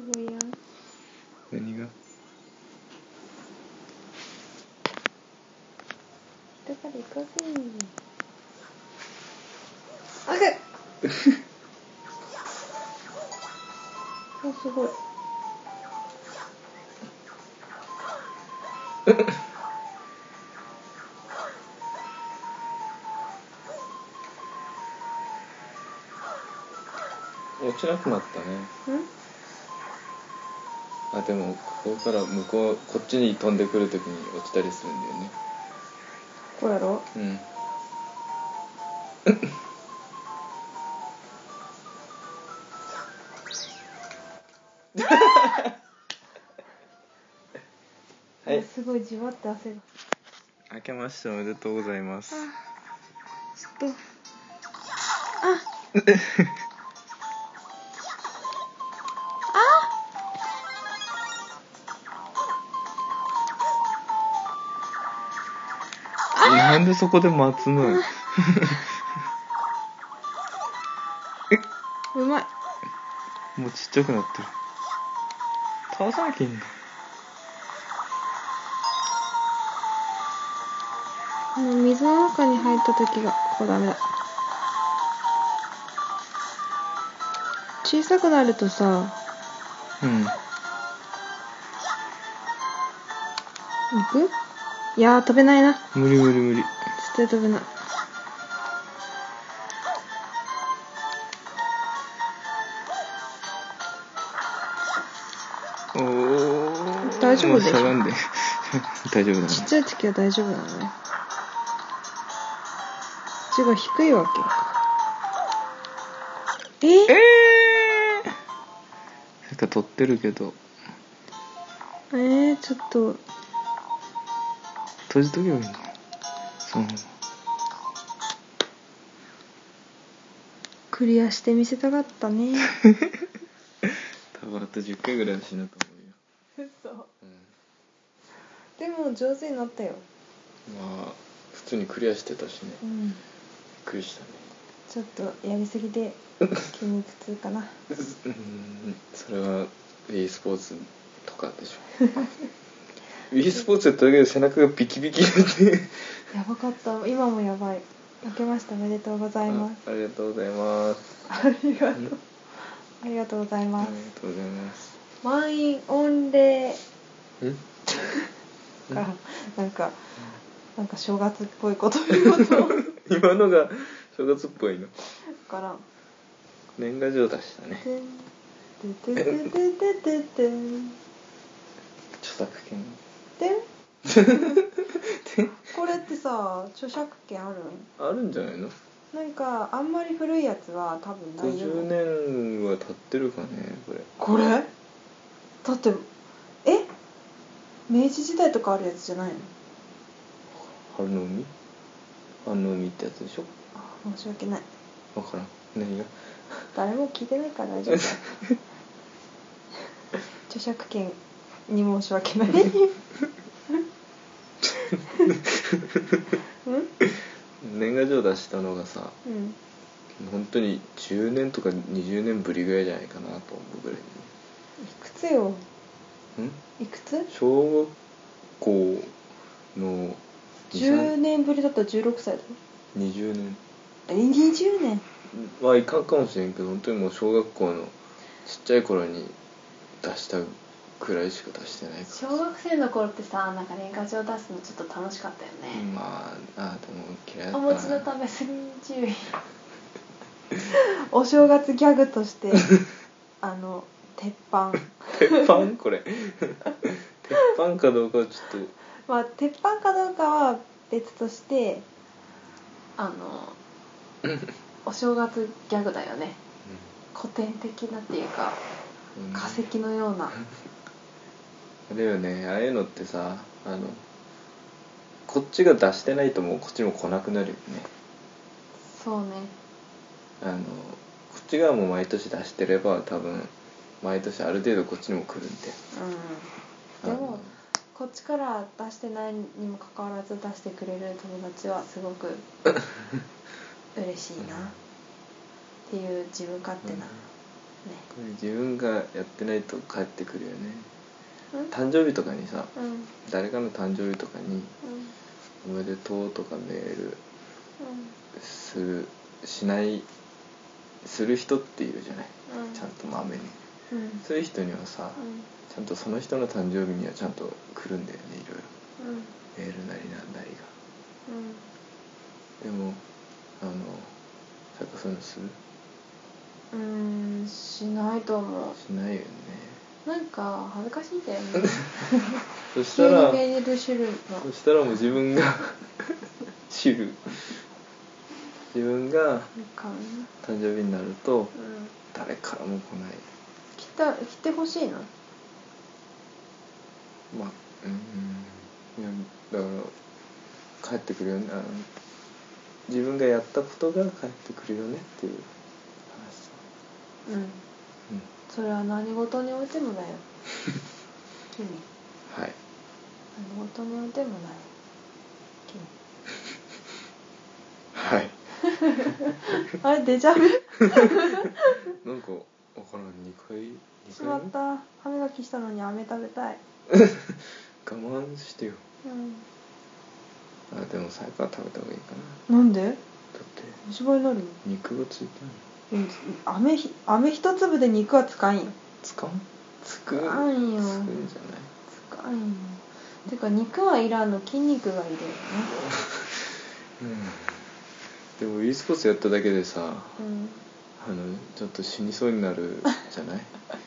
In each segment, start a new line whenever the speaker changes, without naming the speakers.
ごいやん。
何が？
だから行かせん。あげあ、すごい。
落ちなくなったね。
ん？
あ、でもここから向こうこっちに飛んでくるときに落ちたりするんだよね。
こうやろ？
うん。はい。
すごいじわって汗が。
明けましておめでとうございます。
ちょっと。あ。
なんでそこで待つのよ。
うまい。
もうちっちゃくなってる。倒さなきゃいいんだ。
水の中に入った時がここダメだ。小さくなるとさ、
うん。
行く？いやー飛べないな。
無理無理無理。
絶対飛べない。
おー。
大丈夫でしょ。
しゃがんで。大丈夫だね。
ちっちゃい時は大丈夫なのね。字が低いわけ。
なんか撮ってるけど。
ちょっと
閉じとけばいいの。そのまま。
クリアして見せたかったね。
多分あと10回ぐらいは死ぬと思うよ。
嘘。でも上手になったよ。
まあ普通にクリアしてたしね。びっくりしたね。
ちょっとやりすぎで筋肉痛かな。
それは e スポーツとかでしょ。e スポーツやっただけで背中がビキビキになって
やばかった。今もやばい。明けましておめでとうございます。
ありがとうございます。
ありがとう。ありがとうございます。
ありがとうございます。
満員御礼からなんか正月っぽいこと言うと
今のが正月っぽいの
から
年賀状出したね。著作権
これってさ著作権あるん？
あるんじゃないの？
なんかあんまり古いやつは多分ないよ。
50年は経ってるかね
これだって明治時代とかあるやつじゃないの？
春の海ってやつでしょ。
申し訳ない。
分からん。何が？
誰も聞いてないから大丈夫だ。著作権に申し訳ない。
年賀状出したのがさ、本当に10年とか20年ぶりぐらいじゃないかなと思うぐらいに。
いくつよ？いくつ？
小学校の
10年ぶりだったら16歳だよ。
20年
20年
はいかんかもしれんけど、本当にもう小学校のちっちゃい頃に出したくらいしか出してないから。
小学生の頃ってさ、なんか年賀状出すのちょっと楽しかったよね。
まあでも嫌いだったな。
お餅の食べ過ぎに注意。お正月ギャグとして鉄板
これ鉄板かどうかはちょっと
まあ鉄板かどうかは別としてお正月ギャグだよね、古典的なっていうか、化石のような
あれよね。ああいうのってさ、こっちが出してないともうこっちも来なくなるよね。
そうね。
こっち側も毎年出してれば多分毎年ある程度こっちにも来るんで。
でもこっちから出してないにもかかわらず出してくれる友達はすごく嬉しいなっていう自分勝手な
これ自分がやってないと帰ってくるよね。
うん
誕生日とかにさ、
うん
誰かの誕生日とかに
うん
おめでとうとかメール
うん
する人っているじゃない、
うん
ちゃんとまめに。
うん
そういう人にはさ、ちゃんとその人の誕生日にはちゃんと来るんだよね、いろいろ
うん
メールなりなんなりが。
うん
でもさっきそういうのする？
しないと思う。
しないよね。
なんか恥ずかしいんだよね。
そしたら
メールするの。
そしたらもう自分が自分が誕生日になると誰からも来ない。
来てほしいの？
まあいやだから帰ってくるよね。自分がやったことが帰ってくるよねっていう話さ。
それは何事においてもだよ。君。
はい。
何事においてもだよ。君。
はい。
あれデジャブ？
なんかわからん、2回
しまった。歯磨きしたのに飴食べたい。
我慢してよ。でも最後は食べた方がいいかな。
なんで？
だって
虫歯になるの？
肉がついて
飴一粒で肉はつかんよ。
つかんよ。
つくんじゃない？つかんよ。てか肉はいらんの、筋肉がいるよね。
でも e スポーツやっただけでさ、ちょっと死にそうになるじゃない？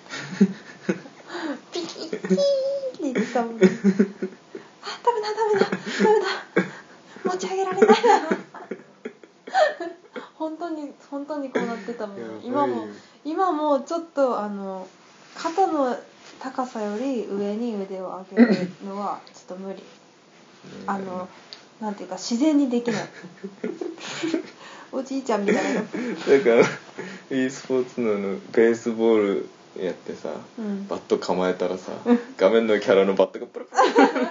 ピキッキーって言ってたもん。あ、ダメだ持ち上げられないな。本当にこうなってたもん。今もちょっと肩の高さより上に腕を上げるのはちょっと無理。なんていうか自然にできない。おじいちゃんみたいな。だから
e スポーツのベースボールやってさ、バット構えたらさ、画面のキャラのバットがプルプル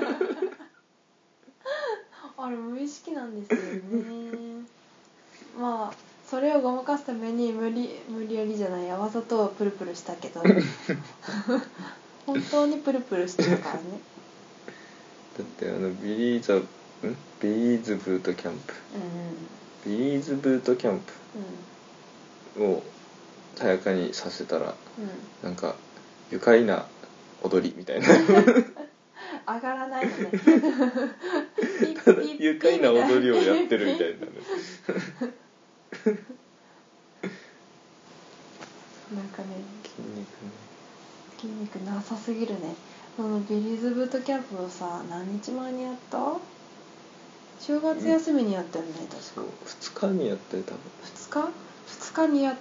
あれ無意識なんですよね。まあそれをごまかすために無理やりじゃないや、わざとプルプルしたけど本当にプルプルしてたからね。
だってビリーズブートキャンプ、ビリーズブートキャンプをさやかにさせたら、なんか愉快な踊りみたいな
上がらないのね。
ただ愉快な踊りをやってるみたいなね。
なんかね、筋肉なさすぎるね。そのビリーズブートキャンプをさ、何日前にやった？正月休みにやったよね、確か。
そう、2日にやったよ多分。
2日にやって、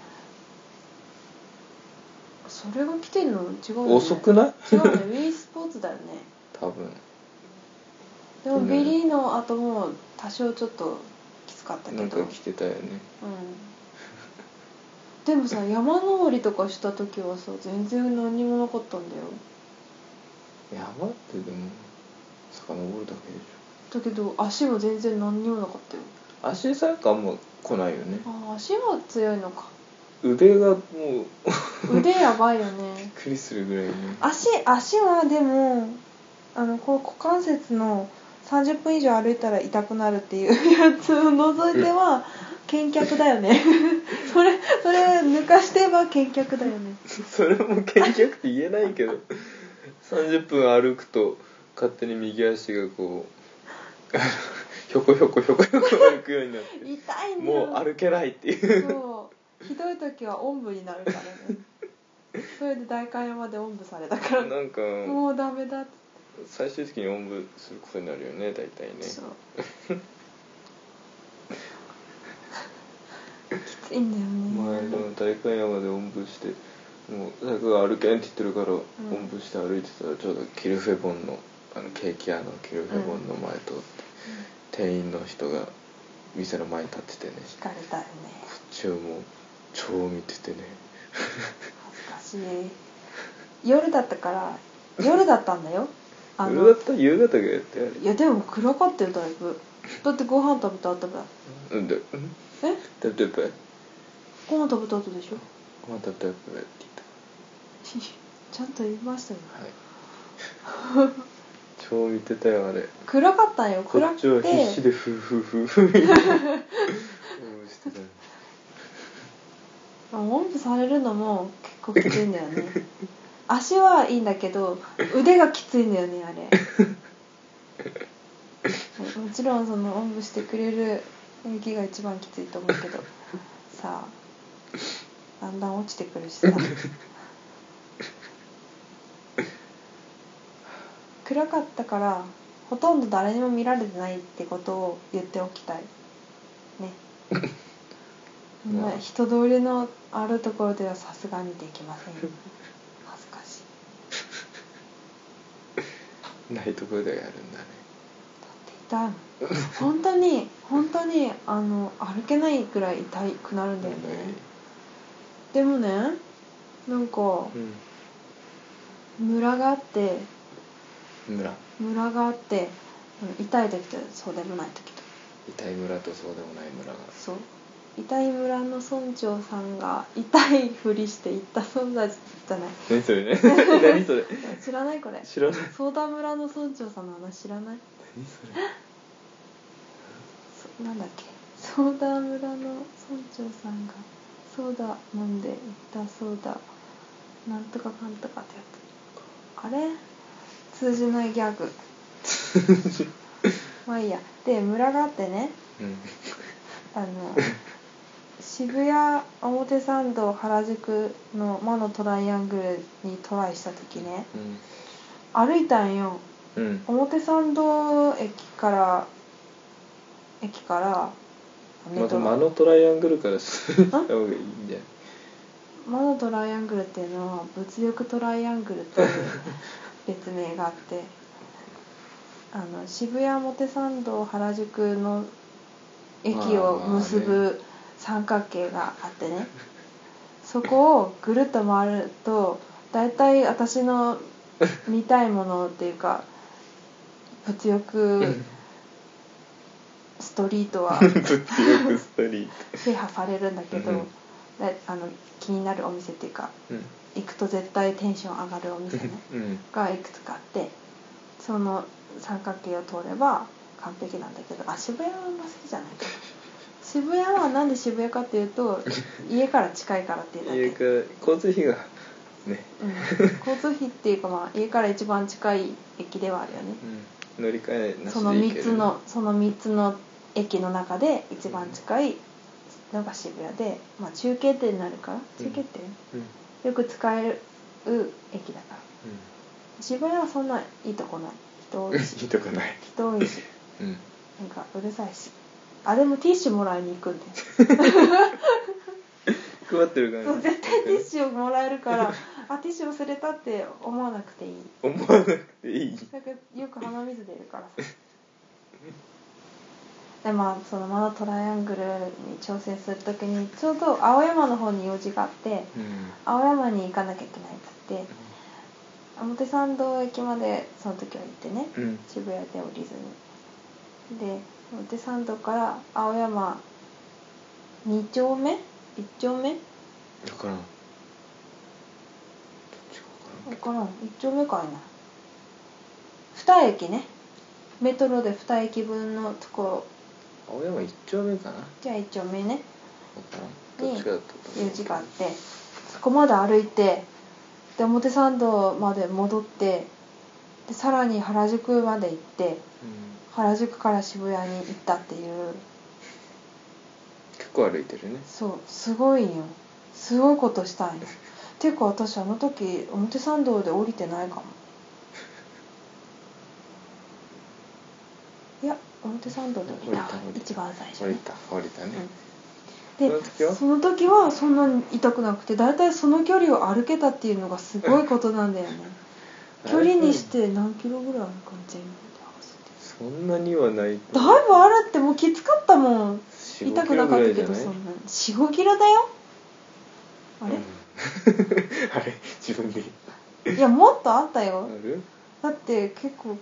それが来てんの違うよね。
遅くない？
違うね、Wii スポーツだよね。
多分。
でもビリーの後も多少ちょっときつかったけど。
なんか来てたよね。
でもさ、山登りとかした時はさ、全然何にもなかったんだよ。
山ってでも遡るだけでし
ょ。だけど足は全然何にもなかったよ。
足さやかあんま来ないよね。
足は強いのか。
腕がもう
腕やばいよね。
びっくりするぐらいね。
足はでもこの股関節の30分以上歩いたら痛くなるっていうやつを除いては健脚だよね。それ抜かしてば健脚だよね。
それも健脚って言えないけど30分歩くと勝手に右足がこうひょこ歩くようになって
痛いんだよ。
もう歩けないっていう。
そうひどい時はおんぶになるからね。それで代官山でおんぶされたから
なんか
もうダメだって。
最終的におんぶすることになるよね、大体ね。
そうきついんだよね。
前の代官山でおんぶしてもう最後が歩けんって言ってるから、おんぶして歩いてたらちょうどキルフェボンのケーキ屋のキルフェボンの前通って、店員の人が店の前に立っててね、
惹かれたよね。
こっちはもう超見ててね
恥ずかしい。夜だったから夜だったんだよ。
夜だった？夕方がやってやる。
いやでも暗かったよだいぶ。だってご飯食べた後だ。
なんで？
え？
だって
ご飯食べた後でしょ。
またタイプがって言っ
ちゃんと言いましたよ。
た。はい超見てたよあれ。
暗かったよ。
こ
暗
っちは
くて
必死でフーフーフーフーしてた。
おんぶされるのも結構きついんだよね。足はいいんだけど腕がきついんだよねあれ。もちろんそのおんぶしてくれる雪が一番きついと思うけどさあだんだん落ちてくるしさ暗かったからほとんど誰にも見られてないってことを言っておきたいね。まあ、人通りのあるところではさすがにできませんよ。恥ずかしい。
ないところではやるんだね。
だって痛いもん。本当に歩けないくらい痛くなるんだよね。でもねなんか、村があって村があって痛い時とそうでもない時と
痛い村とそうでもない村が
そう痛い村の村長さんが痛いふりして言った存在じゃない。
何それね何それ
知らないこれ。
知らない。
ソーダ村の村長さんの話知らない。
何それ
なんだっけソーダ村の村長さんがソーダ飲んで言ったそうだなんとかかんとかってやつあれ通じないギャグまあいいや。で村があってね、渋谷表参道原宿の魔のトライアングルにトライした時ね、歩いたんよ、表参道駅から
また魔のトライアングルからした方がいいんじゃない。
魔のトライアングルっていうのは物欲トライアングルっていう別名があって渋谷表参道原宿の駅を結ぶ三角形があってね、そこをぐるっと回るとだいたい私の見たいものっていうか物欲ストリートは
物欲ストリート
制覇されるんだけど、気になるお店っていうか、行くと絶対テンション上がるお店ね、がいくつかあってその三角形を通れば完璧なんだけど渋谷はあんま好きじゃないかな。渋谷はなんで渋谷かっていうと家から近いからっていうだけ。
家から交通費がね、
交通費っていうかまあ家から一番近い駅ではあるよね、
乗り換えなしで
その3つの駅の中で一番近いのが渋谷で、まあ、中継点になるから中継点、よく使える駅だから、渋谷はそんないいとこない。人多いし
いいとこない
人多いし、なんかうるさいしでもティッシュもらいに行くんだよ
配ってるから、
絶対ティッシュをもらえるからティッシュ忘れたって思わなくていい。
思わなくていい。
だからよく鼻水出るからさでまあその魔のトライアングルに挑戦するときにちょうど青山の方に用事があって、青山に行かなきゃいけないって言って、表参道駅までその時は行ってね、渋谷で降りずにで表参道から青山2丁目1丁目
分からん
1丁目かいな2駅ねメトロで2駅分のとこ
青山1丁目かな。
じゃあ1丁目ね
どっちかだった
用事があってそこまで歩いてで表参道まで戻ってでさらに原宿まで行って、原宿から渋谷に行ったっていう
結構歩いてるね。
そうすごいよすごいことしたんよていうか私あの時表参道で降りてないかもいや表参道で降りた一番最初ね
降りたね、
でその時はそんなに痛くなくてだいたいその距離を歩けたっていうのがすごいことなんだよね距離にして何キロぐらいあるか全部で走って
そんなにはない。
だいぶあるってもうきつかったもん痛くなかったけどそんな 4,5 キロだよあれ、
あれ自分で
いやもっとあったよ
ある
だって結構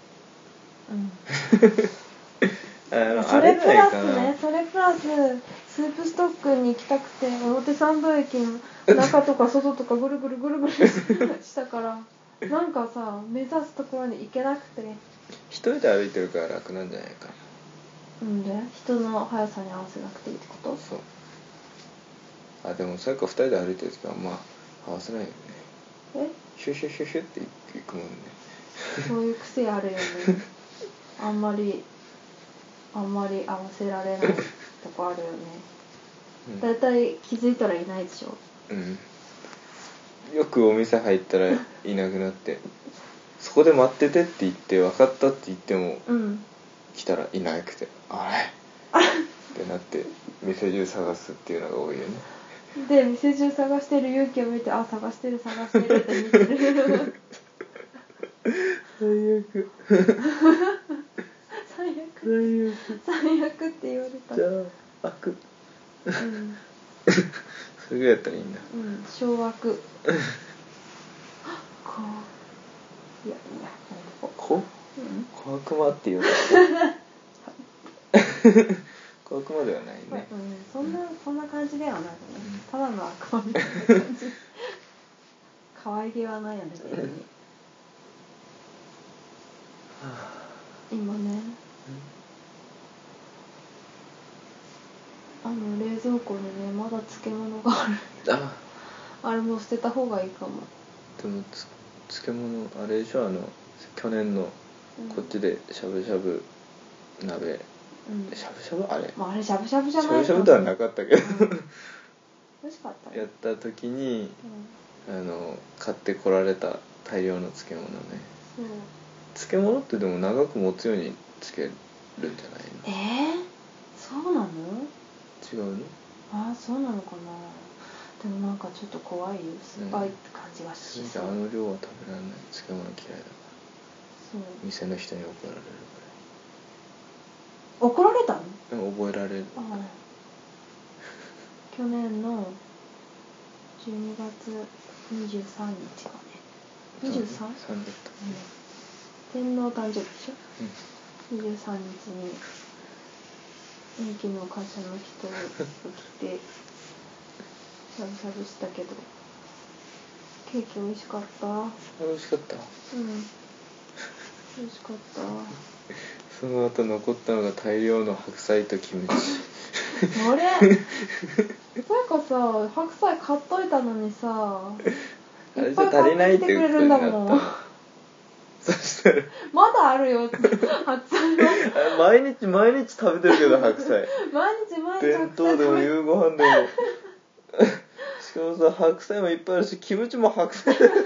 それプラススープストックに行きたくて表参道駅の中とか外とかぐるぐるぐるぐるしたからなんかさ目指すところに行けなくて。
一人で歩いてるから楽なんじゃないかな。
なんで人の速さに合わせなくていいってこと？
そう。あ、でもそれか二人で歩いてる時はまあ合わせないよね。シュシュシュシュって行くもんね。
そういう癖あるよね。あんまり合わせられないとこあるよね。だいたい気づいたらいないでしょ。
うん。よくお店入ったらいなくなってそこで待っててって言って分かったって言っても、来たらいなくてあれってなって店中探すっていうのが多いよね。
で店中探してる勇気を見て探してるって見てる。最悪って言われた。
じゃあ悪。それぐらいやったらいいんだ。
小悪。
小悪魔って言うの。小悪魔ではないね。
そんな感じではないね。ただの悪魔みたいな感じ。可愛げはないよね別に。今ね。冷蔵庫にねまだ漬物がある。あれも捨てた方がいいかも。
でも漬物あれでしょ去年のこっちでしゃぶしゃぶ鍋、しゃぶしゃぶあれ、
あれしゃぶしゃぶじゃないか。
しゃぶしゃぶではなかったけど、
美味しかった
やった時に、買ってこられた大量の漬物ね。漬物ってでも長く持つように漬けるんじゃないの？
そうなの？
違うの？
そうなのかな。でもなんかちょっと怖いよ。酸っぱいって感じがしそう。
量は食べられない。漬物嫌いだから。そう。店の人に怒られる
から。怒られたの？
覚えられる。
去年の12月23日かね。23？ 3だった。天皇誕生日でしょ。23日に人気の会社の人が来てしゃぶしゃぶしたけどケーキ美味しかった。
美味しかった。
美味しかった。
その後残ったのが大量の白菜とキムチ。
あれなんかさ白菜買っといたのにさいっぱい買ってきてくれるんだもん。
そしたら
まだあるよ白菜
毎日食べてるけど白菜
毎日
弁当でも夕ご飯でもしかもさ白菜もいっぱいあるしキムチも白菜うち
の冷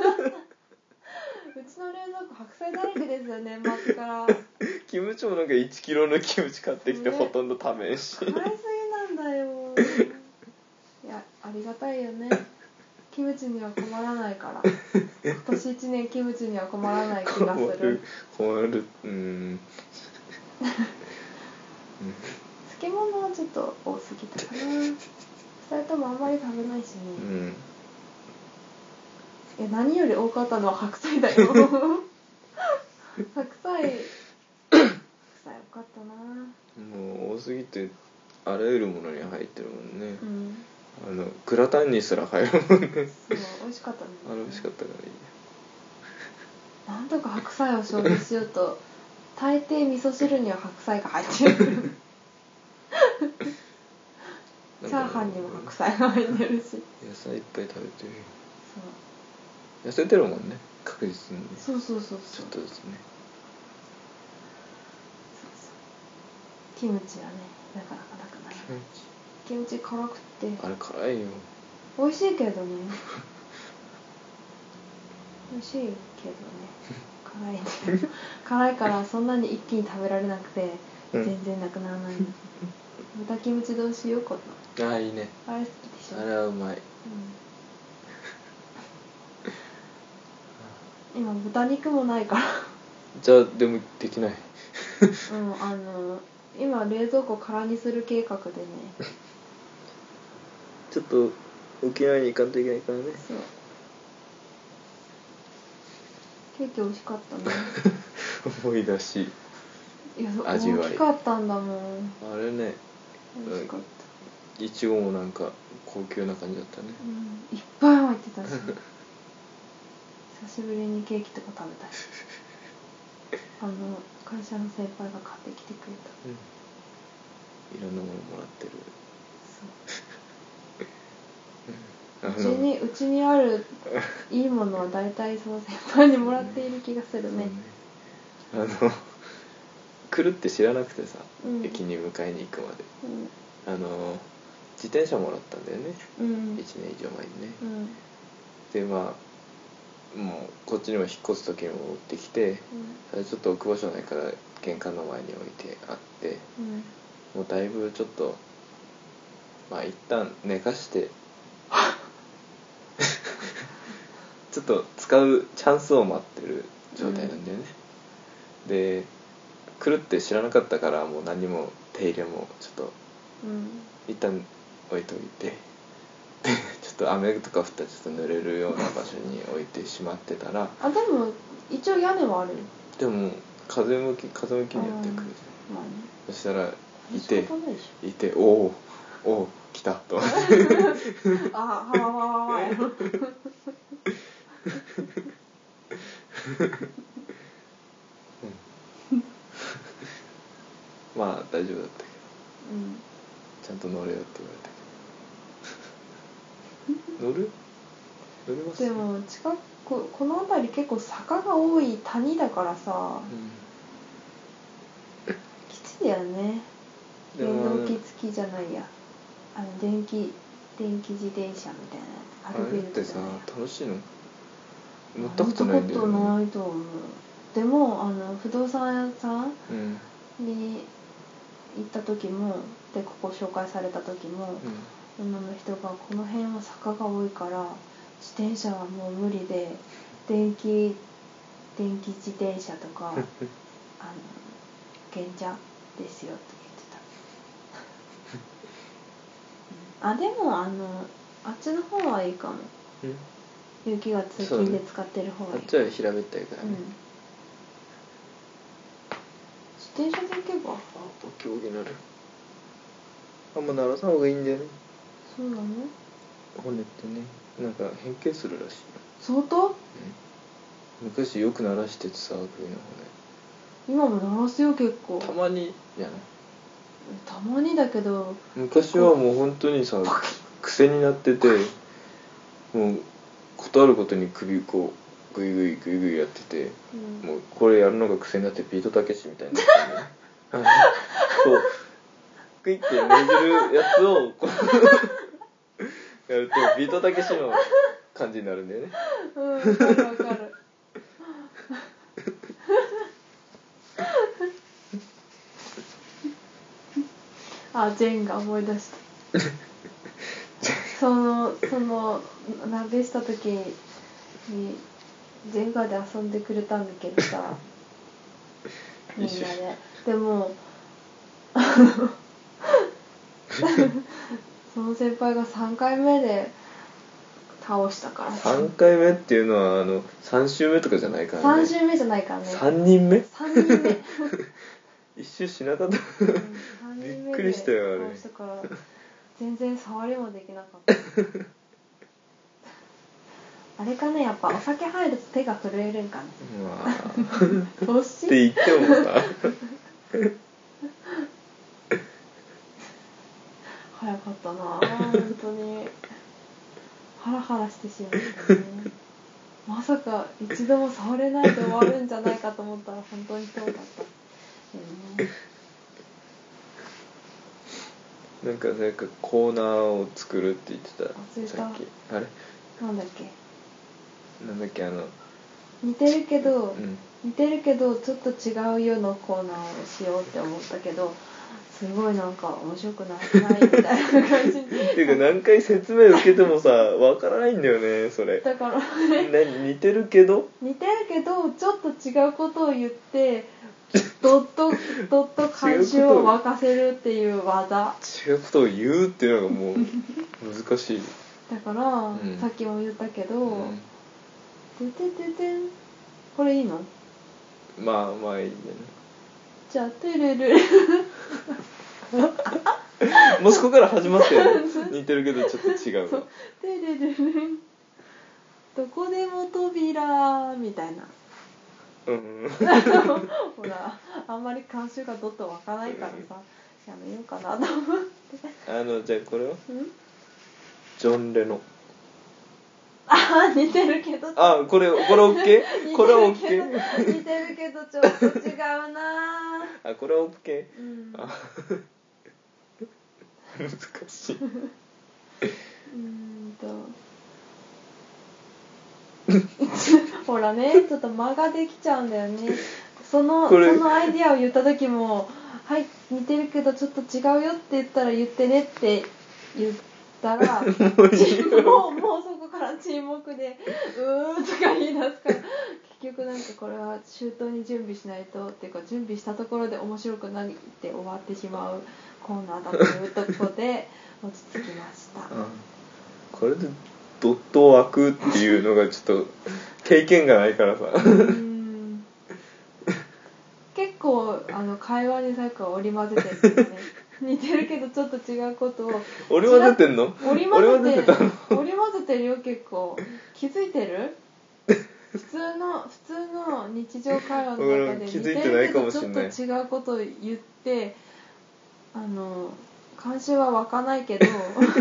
蔵庫白菜だらけですよね年末から
キムチもなんか1キロのキムチ買ってきてほとんど食べんし
買いすぎなんだよ。いやありがたいよね。キムチには困らないから今年1年キムチには困らない気がする。
困る
漬物はちょっと多すぎたかな。2人ともあんまり食べないしね。何より多かったのは白菜だよ。白菜多かったな。
もう多すぎてあらゆるものに入ってるもんね。グラタンにすら入るもんね。そう
美味しかったね。
美味しかったからいい
や。なんとか白菜を消費しようと大抵味噌汁には白菜が入ってる。チャーハンにも白菜が入ってるし。
野菜いっぱい食べてる。そう。痩せてるもんね確実に。
そうちょっとずつね。キムチはねなかなかなくない。キムチ辛くって
あれ辛いよ。
美味しいけどね。美味しいけどね辛いね。辛いからそんなに一気に食べられなくて全然なくならない。豚キムチどうしようかな。
いいね。
あれ好きでしょ。
あれはうまい。
今豚肉もないから
じゃあでもできない。
今冷蔵庫空にする計画でね。
ちょっと沖縄に行かんといけないからね。
そうケーキ美味しかったね。
思い出し
いや味わい大きかったんだもん。
あれね
美味しかっ
いちごもなんか高級な感じだったね、
いっぱい入ってたし久しぶりにケーキとか食べたし会社の先輩が買ってきてくれた、
いろんなものもらってる。
うちにあるいいものは大体その先輩にもらっている気がするね。
来るって知らなくてさ、駅に迎えに行くまで、自転車もらったんだよね、1年以上前にね、でまあもうこっちにも引っ越す時にも持ってきて、それちょっと置く場所ないから玄関の前に置いてあって、もうだいぶちょっとまあ一旦寝かしてちょっと使うチャンスを待ってる状態なんだよね、で来るって知らなかったからもう何も手入れもちょっと一旦置いといて、でちょっと雨とか降ったらちょっと濡れるような場所に置いてしまってたら、
でも一応屋根はある。で
も風向きによってくるじゃん、そしたらいておお来たと思ってまあ大丈夫だったけど、ちゃんと乗れよって言われたけど乗れます。
でもこの辺り結構坂が多い谷だからさ、きついだよね。原動機付きじゃないや、電気自転車みたいな
あれってさ楽しいの？乗ったことないんだよね。
乗ったことないと思う。でも不動産屋さんに行った時もでここ紹介された時も、女の人がこの辺は坂が多いから自転車はもう無理で電気自転車とか原茶ですよって言ってた。でもあっちの方はいいかも。雪が通勤で使ってる方がいい。
あっちは平べったいからね。
自転車で行けば
競技になる。あんま鳴らさん方がいいんだよね。
そうなの？
骨ってね、なんか変形するらしい。
相当？
昔よく鳴らしててさ、首の
骨。今も鳴らすよ結構。
たまにじゃない？
たまにだけど。
昔はもう本当にさ、癖になってて、もうことあることに首こうグイグイやってて、もうこれやるのが癖になってビートたけしみたいになってね。こうグイってねじるやつをこうやるとビートたけしの感じになるんだよね。
わかる。ジェンが思い出した。その鍋した時にジェンガで遊んでくれたんだけどさ、みんなで。でもその先輩が3回目で倒したから。
3回目っていうのは3周目とかじゃないからね。
3周目じゃないからね。
3人目
3人目
一周しなかった、びっくりしたよあれ。
倒したから全然触りもできなかったあれかね、やっぱお酒入ると手が震えるんかね。どし
って言ってもさ
早かったな本当にハラハラしてしまったねまさか一度も触れないで終わるんじゃないかと思ったら本当にそうだった、
なんか誰かコーナーを作るって言ってたさっき。あれ
なんだっけ似てるけどちょっと違うようなコーナーをしようって思ったけどすごいなんか面白くないみたいな感じって
いうか何回説明受けてもさわからないんだよねそれ。
だから
似てるけどち
ょっと違うことを言ってドット監修を沸かせるっていう技。
違うことを言うっていうのがもう難しい
だから、さっきも言ったけど、これいいの？
まあいいんだよね。
じゃあトゥルル
息子から始まって似てるけどちょっと違うわ。
ででででどこでも扉みたいな。ほらあんまり監修がどっと湧かないからさ、やめようかなと思って。
じゃあこれはジョン・レノ。
似てるけど
これ OK？ これは OK？
似てるけどちょっと違うな。
これは OK？ 難しい。
ほらね、ちょっと間ができちゃうんだよね。そのアイディアを言った時も、はい、似てるけどちょっと違うよって言ったら言ってねって言ったらもうそこから沈黙でとか言い出すから、結局なんかこれは周到に準備しないとっていうか、準備したところで面白くなって終わってしまうコーナーだというところで落ち着きました。
これでドット湧くっていうのがちょっと経験がないからさ。
結構会話にさっき織り交ぜてるんですね。似てるけどちょっと違うことを
織り交ぜてんの？
織り交ぜてるよ。結構気づいてる？普通の日常会話の中で似てるけどちょっと違うことを言って監修は湧かないけど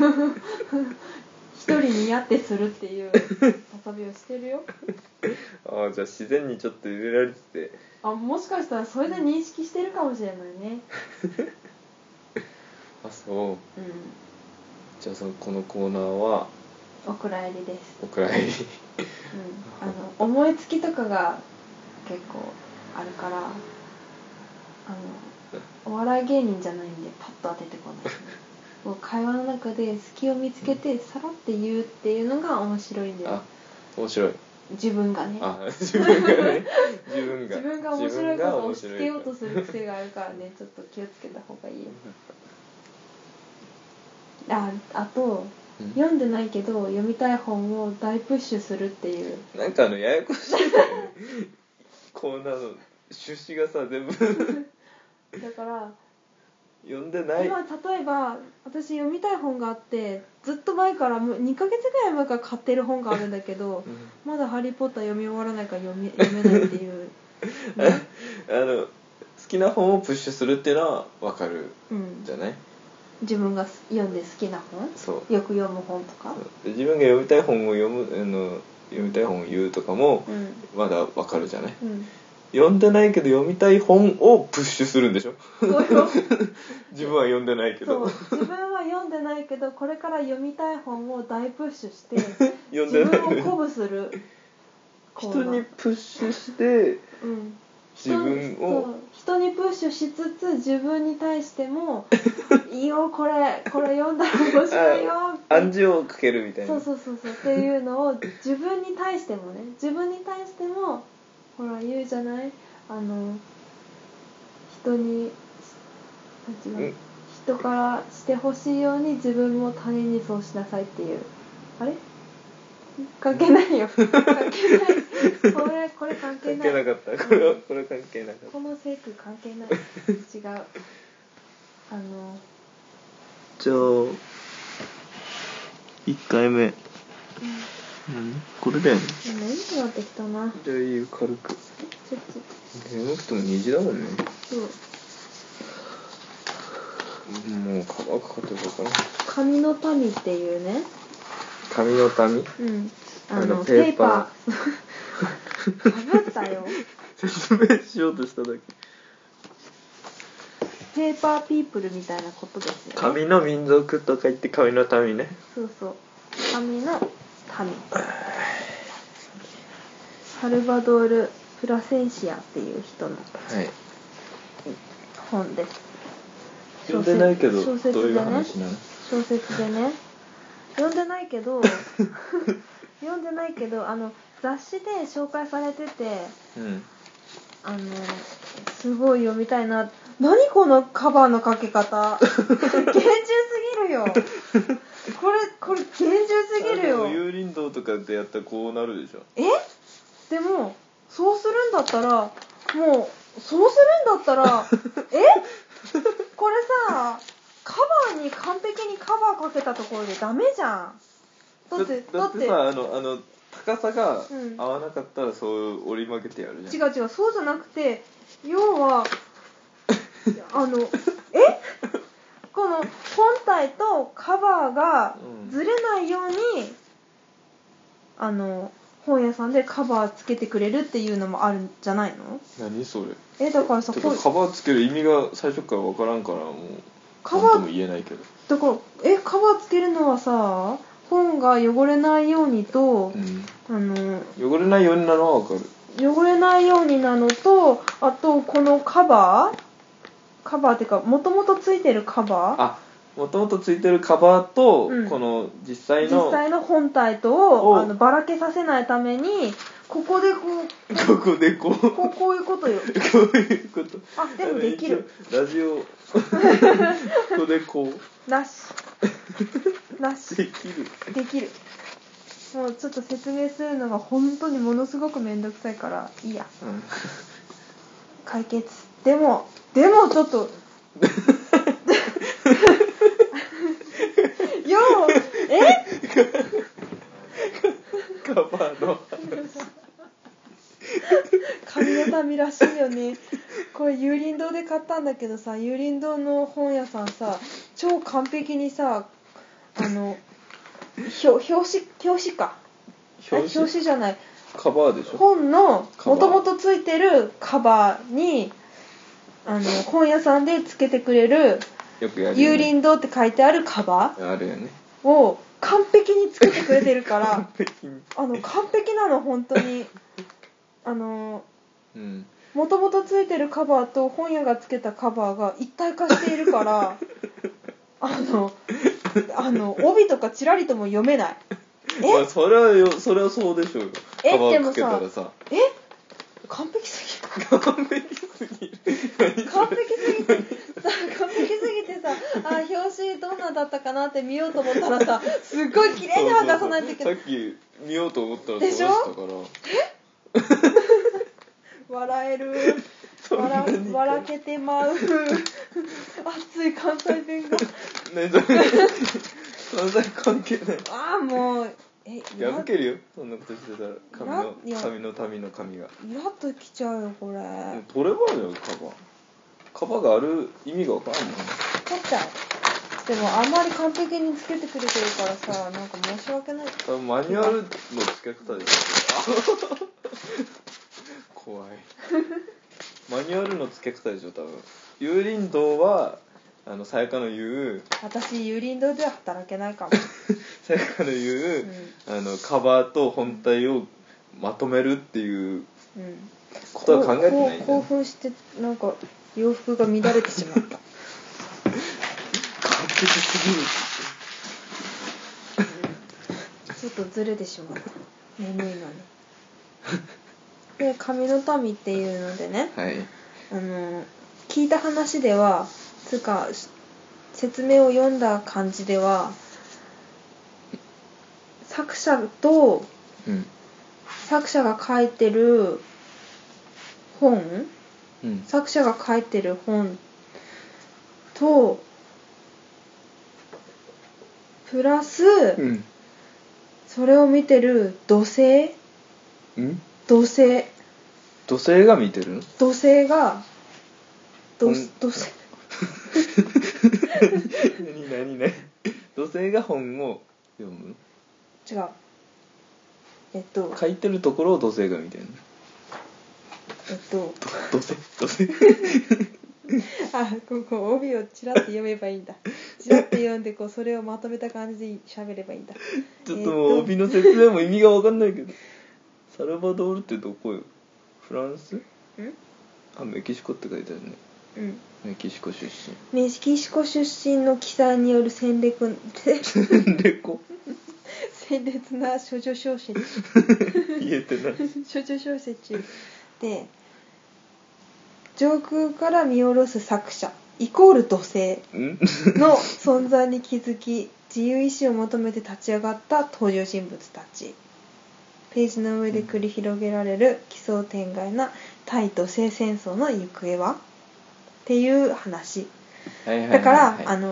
一人にやってするっていう遊びをしてるよ。
じゃあ自然にちょっと入れられてて、
もしかしたらそれで認識してるかもしれないね。
そう、じゃあこのコーナーは
お蔵入りです。
お蔵入り。
思いつきとかが結構あるからお笑い芸人じゃないんでパッと当ててこないですね。もう会話の中で隙を見つけてさらって言うっていうのが面白いんだよ。
面白い。
自分がね。
自分が
面白いことを押し付けようとする癖があるからね、ちょっと気をつけた方がいいよ。あと、読んでないけど読みたい本を大プッシュするっていう。
なんかややこしいコーナーの趣旨がさ全部
だから
読んでない。
今例えば私読みたい本があってずっと前から2ヶ月ぐらい前から買ってる本があるんだけど、まだハリーポッター読み終わらないから読めないっていう、ね、
好きな本をプッシュするっていうのは分かるじゃない、
自分が読んで好きな本、よく読む本とか、
自分が読みたい本を読みたい本を言うとかもまだ分かるじゃない、読んでないけど読みたい本をプッシュするんでしょ。自分は読んでないけど。
自分は読んでないけどこれから読みたい本を大プッシュして
読んでない
自分を鼓舞する。
人にプッシュして、自分を
人にプッシュしつつ自分に対してもいいよこれ読んだら面白いよ
暗示をかけるみたいな。
そうっていうのを自分に対してもほら言うじゃない、人からしてほしいように自分も他人にそうしなさいっていう。あれ関係ないよ。関係ない。これ関係ない。
関係なかった。これ関係なかった。
この聖句関係ない。違う。
じゃあ1回目。これだよね。
眠くなってきたな。
じゃあいいよ軽く。眠くても2時だもんね。
そう。
もうカバーかかってるから。
紙の民っていうね。
紙の民？
ペーパー。かぶったよ。
説明しようとしただけ。
ペーパーピープルみたいなことですよね。
紙の民族とか言って紙の民ね。
そう。紙の民。サルバドール・プラセンシアっていう人の本です。
読んでないけどどういう話なの？
小説でね。読んでないけど雑誌で紹介されてて、すごい読みたいな。何このカバーのかけ方。厳重すぎるよ。これ厳重すぎるよ。
有林道とかでやったらこうなるでしょ。
でもそうするんだったらこれさカバーに完璧にカバーかけたところでダメじゃん。だって
さ、高さが合わなかったらそう折り曲げてやるじゃん。
違うそうじゃなくて、要はこの本体とカバーがずれないように、本屋さんでカバーつけてくれるっていうのもあるんじゃないの？
何それ？
だからさ、
カバーつける意味が最初から分からんから、もう何とも言えないけど。
だからカバーつけるのはさ、本が汚れないようにと、
汚れないようになのは分かる。
汚れないようになのと、あとこのカバーっていうか、もともとついてるカバー、
もともとついてるカバーと、この実際の
本体とをばらけさせないために、ここでこういうことよ。
こういうこと。
でもできる。
ラジオここでこう
なし
できる。
もうちょっと説明するのが本当にものすごくめんどくさいからいいや、解決。でもちょっと
カバーの
紙の民らしいよね。これ有林堂で買ったんだけどさ、有林堂の本屋さんさ、超完璧にさ、表紙じゃない、
カバーでしょ。
本のもともとついてるカバーに本屋さんでつけてくれる、
よくやるよね、
有林堂って書いてあるカバ
ーあるよね
を完璧につけてくれてるから
完
璧なの本当に。もともとついてるカバーと本屋がつけたカバーが一体化しているから帯とかちらりとも読めない。
それはそうでしょうよ。カバーつけたらさ、
完璧すぎ
て
完璧すぎてさ、表紙どんなだったかなって見ようと思ったらさ、すっごい綺麗に剥がさないといけない。
さっき見ようと思ったらそうしたから。
笑える。笑けてまう。熱い関西弁が。
関西関係ない。
もう
破けるよ、そんなことしてたら。紙の民の紙が
イラッときちゃうよこれ。
取ればいいよ、カバーがある意味が分からんもん。
取っちゃう。でもあんまり完璧につけてくれてるからさ、なんか申し訳ない。
多分マニュアルの付け方で怖い。マニュアルの付け方でしょ多分。有林堂はさやかの言う、
私有林堂では働けないかも。
さやかの言う、カバーと本体をまとめるっていうことは考えてないんだよ。
興奮してなんか洋服が乱れてしまった。
完璧すぎる。
ちょっとずれてしまった。眠いのに。で、紙の民っていうのでね、聞いた話ではつうか説明を読んだ感じでは、作者が書いてる本、作者が書いてる本とプラス、それを見てる土星
が見てるの？土星
が何
土星が本を読む？
違う。
書いてるところを土星が見てるの？土星
ここ帯をチラッと読めばいいんだ。チラッと読んでそれをまとめた感じで喋ればいいんだ。
ちょっともう帯の説明も意味が分かんないけど。サルバドールってどこよ？フランス？メキシコって書いてあるね。メキシコ出身
の記載による鮮烈な処女小説
言えてない
処女小説で、上空から見下ろす作者イコール土星の存在に気づき、自由意志を求めて立ち上がった登場人物たち。ページの上で繰り広げられる奇想天外な対土星戦争の行方はっていう話だから、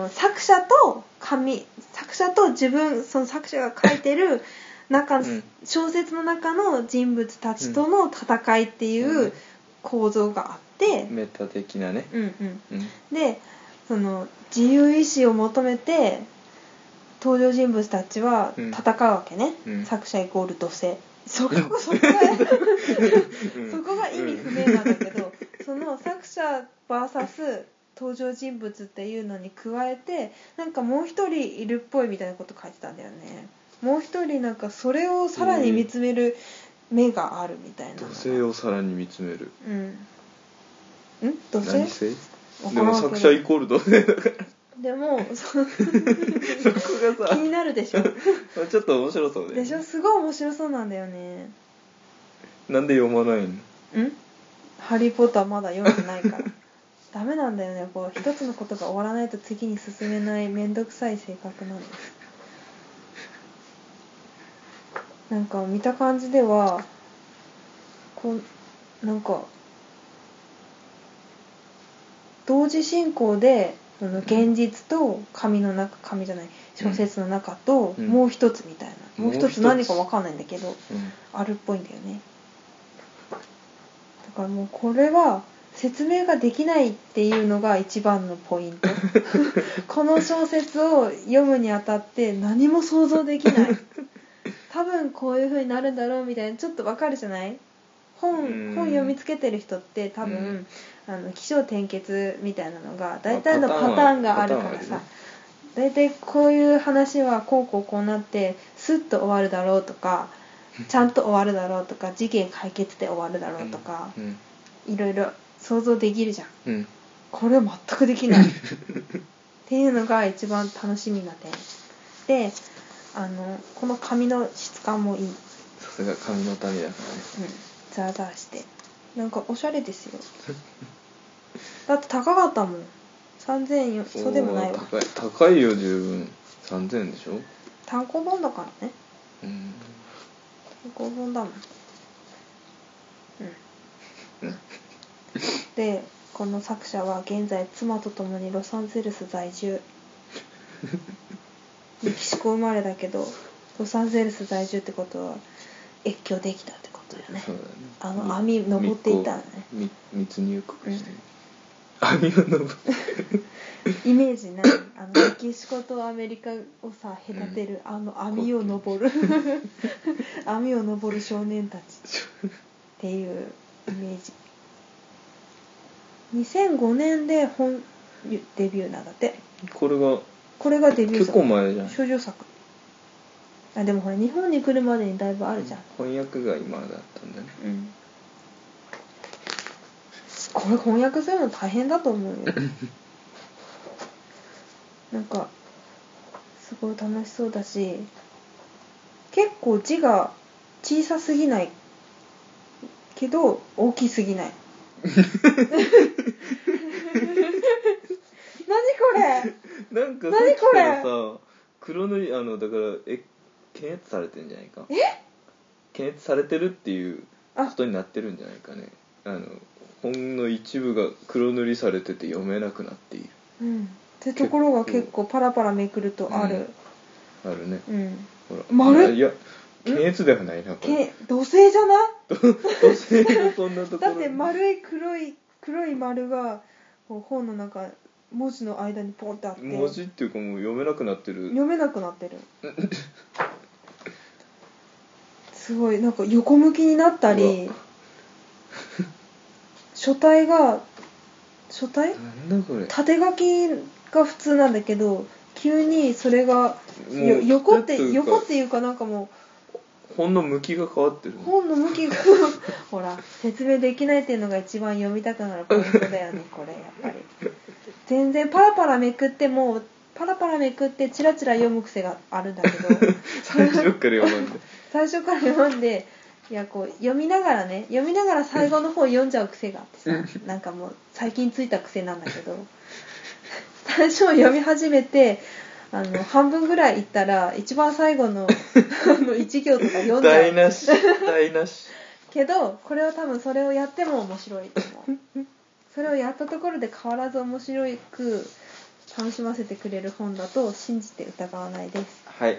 作者とその作者が書いてる小説の中の人物たちとの戦いっていう構造があって、
メタ的なね。
でその自由意志を求めて登場人物たちは戦うわけね、作者イコール土星。そこが意味不明なんだけど、その作者 VS 登場人物っていうのに加えて、なんかもう一人いるっぽいみたいなこと書いてたんだよね。もう一人なんかそれをさらに見つめる目があるみたいな。
土星をさらに見つめる。
土星？
何星？でも作者イコール土星だから。
でも
そこがさ
気になるでしょ。
ちょっと面白そう
でしょ。すごい面白そうなんだよね。
なんで読まないの？
ハリーポッターまだ読んでないからダメなんだよね。こう一つのことが終わらないと次に進めないめんどくさい性格なんです。なんか見た感じではなんか同時進行で現実と小説の中ともう一つみたいな、もう一つ何か分かんないんだけど、あるっぽいんだよね。だからもうこれは説明ができないっていうのが一番のポイントこの小説を読むにあたって何も想像できない。多分こういう風になるんだろうみたいな、ちょっと分かるじゃない？本読みつけてる人って多分、起承転結みたいなのが大体のパターンがあるからさ、大体こういう話はこうなってスッと終わるだろうとかちゃんと終わるだろうとか事件解決で終わるだろうとか、いろいろ想像できるじゃん、これは全くできないっていうのが一番楽しみな点で、この紙の質感もいい。
さすが紙の民だからね。
ザーザーしてなんかおしゃれですよだって高かったもん。3000円。そうでもないわ。
高いよ十分。3000円でしょ。
単行本だからね。単行本だもん。でこの作者は現在妻と共にロサンゼルス在住メキシコ生まれだけどロサンゼルス在住ってことは越境できたってことよね。
そうだね。
網登っていたのね。
密入国して、
網を登る
イメージない？メキシコとアメリカをさ隔てる、網を登る網を登る少年たちっていうイメージ。2005年で本デビューなんだって。これがデビュー作。
結構前じゃん。
少女作。でもほら日本に来るまでにだいぶあるじゃん。
翻訳が今だったんだね。
これ翻訳するの大変だと思うよなんかすごい楽しそうだし、結構字が小さすぎないけど大きすぎない何これ
なんかさっきからさ黒塗りだから検閲されてんじゃないか。検閲されてるっていうことになってるんじゃないかね。本の一部が黒塗りされてて読めなくなっている、
ってところが結構パラパラめくるとある、
あるね、
ほら丸い
や検閲ではないなこれ。
土星じゃない？
土星のそんなところ
だって丸い黒い丸が本の中文字の間にポンってあって、
文字っていうかもう読めなくなってる。
すごいなんか横向きになったり書体なんだこれ、縦書きが普通なんだけど急にそれが横っていうかなんかもう
本の向きが変わってる。
本の向きがほら説明できないっていうのが一番読みたくなるポイントだよねこれやっぱり。全然パラパラめくってチラチラ読む癖があるんだけど
最初から
読んでいやこう読みながら最後の方読んじゃう癖があってさなんかもう最近ついた癖なんだけど最初読み始めて半分ぐらいいったら一番最後の1行とか読んじゃう
台無し
けどこれは多分それをやっても面白いと思うそれをやったところで変わらず面白く楽しませてくれる本だと信じて疑わないです。
はい、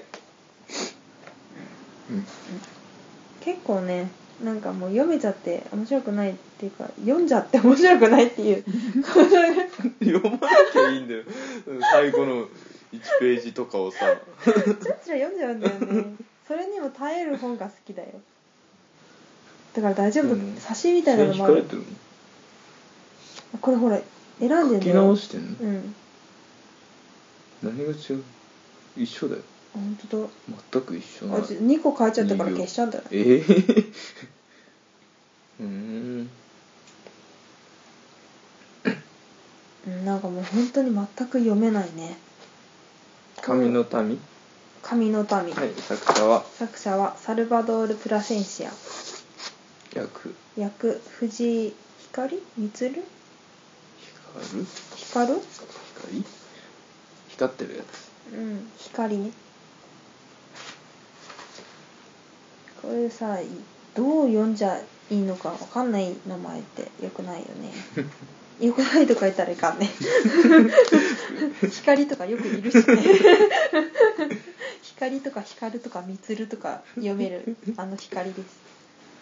結構ね、なんかもう読めちゃって面白くないっていうか、読んじゃって面白くないっていう
読まなきゃいいんだよ最後の1ページとかをさ
ちょっちら読んじゃうんだよね。それにも耐える本が好きだよ。だから大丈夫、冊子みたいなのもある。これほら選んでんだよ。
書き直してんの？何が違う？一緒だよ。
本当だ。
全く一緒な。
2個変えちゃったから消しちゃうんだよ。なんかもう本当に全く読めないね。
神の民？
神の民。はい、作者はサルバドール・プラセンシア。役藤井光
光ってるやつ。
光ね。これさ、どう読んじゃいいのか分かんない名前ってよくないよね。よくないとか言ったらいかんね。光とかよくいるしね。光とか光とか光とか読める光です。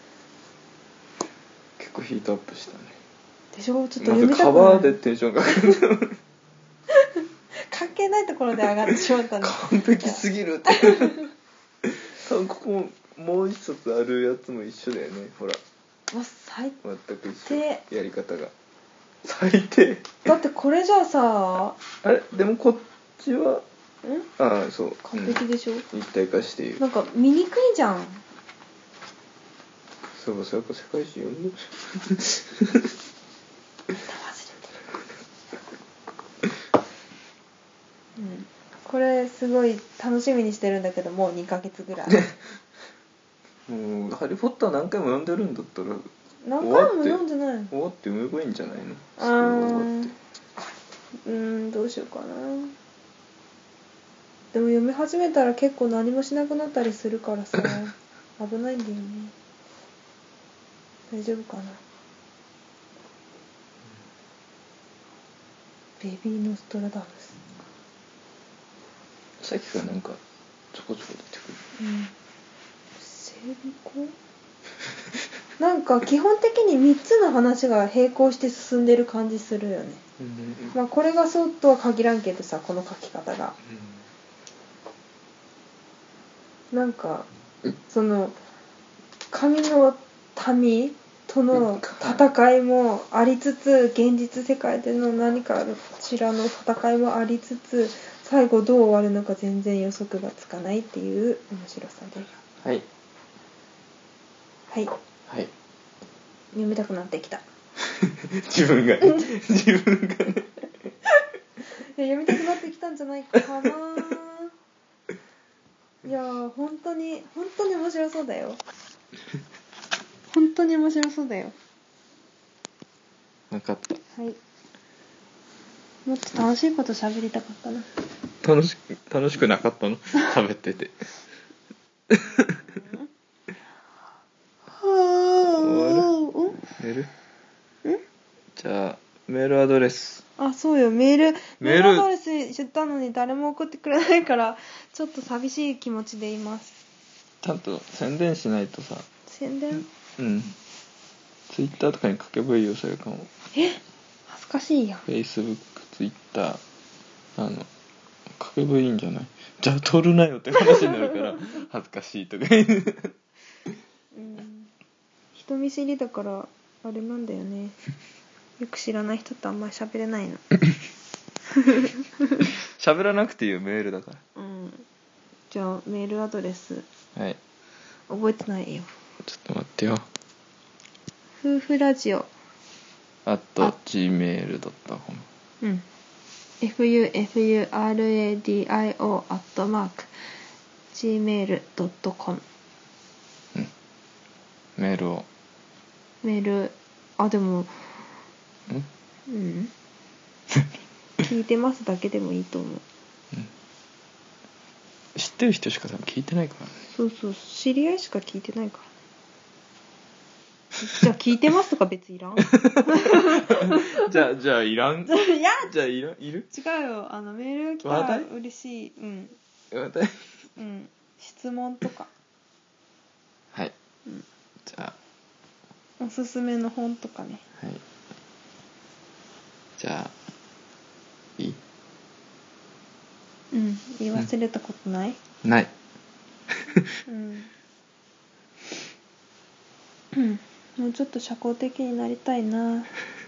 結構ヒートアップしたね。
でしょ。ちょっと読みたくない。
カバーでテンションが上がる。
関係ないところで上がってしまったね。
完璧すぎるって。多分ここもう一冊あるやつも一緒だよね。ほら。全く一緒。やり方が。最低。
だってこれじゃあさ。
あれでもこっちは。ああそう。
完璧でしょ。
一体化している。
なんか見にくいじゃん。
そうか、それか世界史読んで。
これすごい楽しみにしてるんだけど、もう2ヶ月ぐらい。
もうハリー・ポッター何回も読んでるんだったら
何回も読んでない。
終わって読めばいいんじゃないの？
どうしようかな。でも読み始めたら結構何もしなくなったりするからさ危ないんだよね。大丈夫かな。ベビーノストラダムス。
さっきからなんかちょこちょこ出てくる。
整備工なんか基本的に3つの話が並行して進んでる感じするよね。まあこれがそうとは限らんけどさ、この書き方が。なんかその神の民との戦いもありつつ、現実世界での何かこちらの戦いもありつつ、最後どう終わるのか全然予測がつかないっていう面白さです。
はい
はいはい。読みたくなってきた。
自分がね
読みたくなってきたんじゃないかな。いやー本当に面白そうだよ。本当に面白そうだよ。
分かった。
はい。もっと楽しいこと喋りたかったな。
楽しくなかったの？喋ってて。終わる？寝る？じゃあメールアドレス。
あ、そうよ、メールアドレス言ったのに誰も送ってくれないからちょっと寂しい気持ちでいます。
ちゃんと宣伝しないとさ。
宣伝？
ツイッターとかに書けばいいよ、それかも。
恥ずかしいやん。
フェイスブック、ツイッター書けばいいんじゃない？じゃあ撮るなよって話になるから恥ずかしいとか言う。
人見知りだからあれなんだよね。よく知らない人とあんまり喋れないの。
喋らなくていいよ、メールだから。
じゃあメールアドレス。
はい。
覚えてないよ。
ちょっと待ってよ。
夫婦ラジオ
@gmail.com。
fufuradio@gmail.com。
メールを。
でも聞いてますだけでもいいと思う。
知ってる人しか多分聞いてないからね。
そう知り合いしか聞いてないからね。 じゃあ聞いてますとか別にいらん
じゃあいらん。
いや
じゃあいる？
違うよ、メール来たら嬉しい。質問とか、
はい、じゃあ
おすすめの本とかね。
はい、じゃあいい？
言い忘れたことない？
ない。
もうちょっと社交的になりたいな。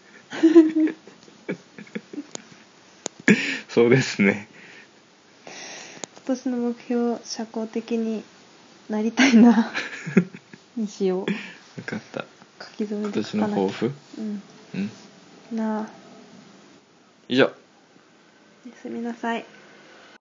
そうですね。
今年の目標、社交的になりたいなにしよう。
分かった。
書き初め
今
で書かなきゃ。
年の抱負？
なあ。
以上。
おやすみなさい。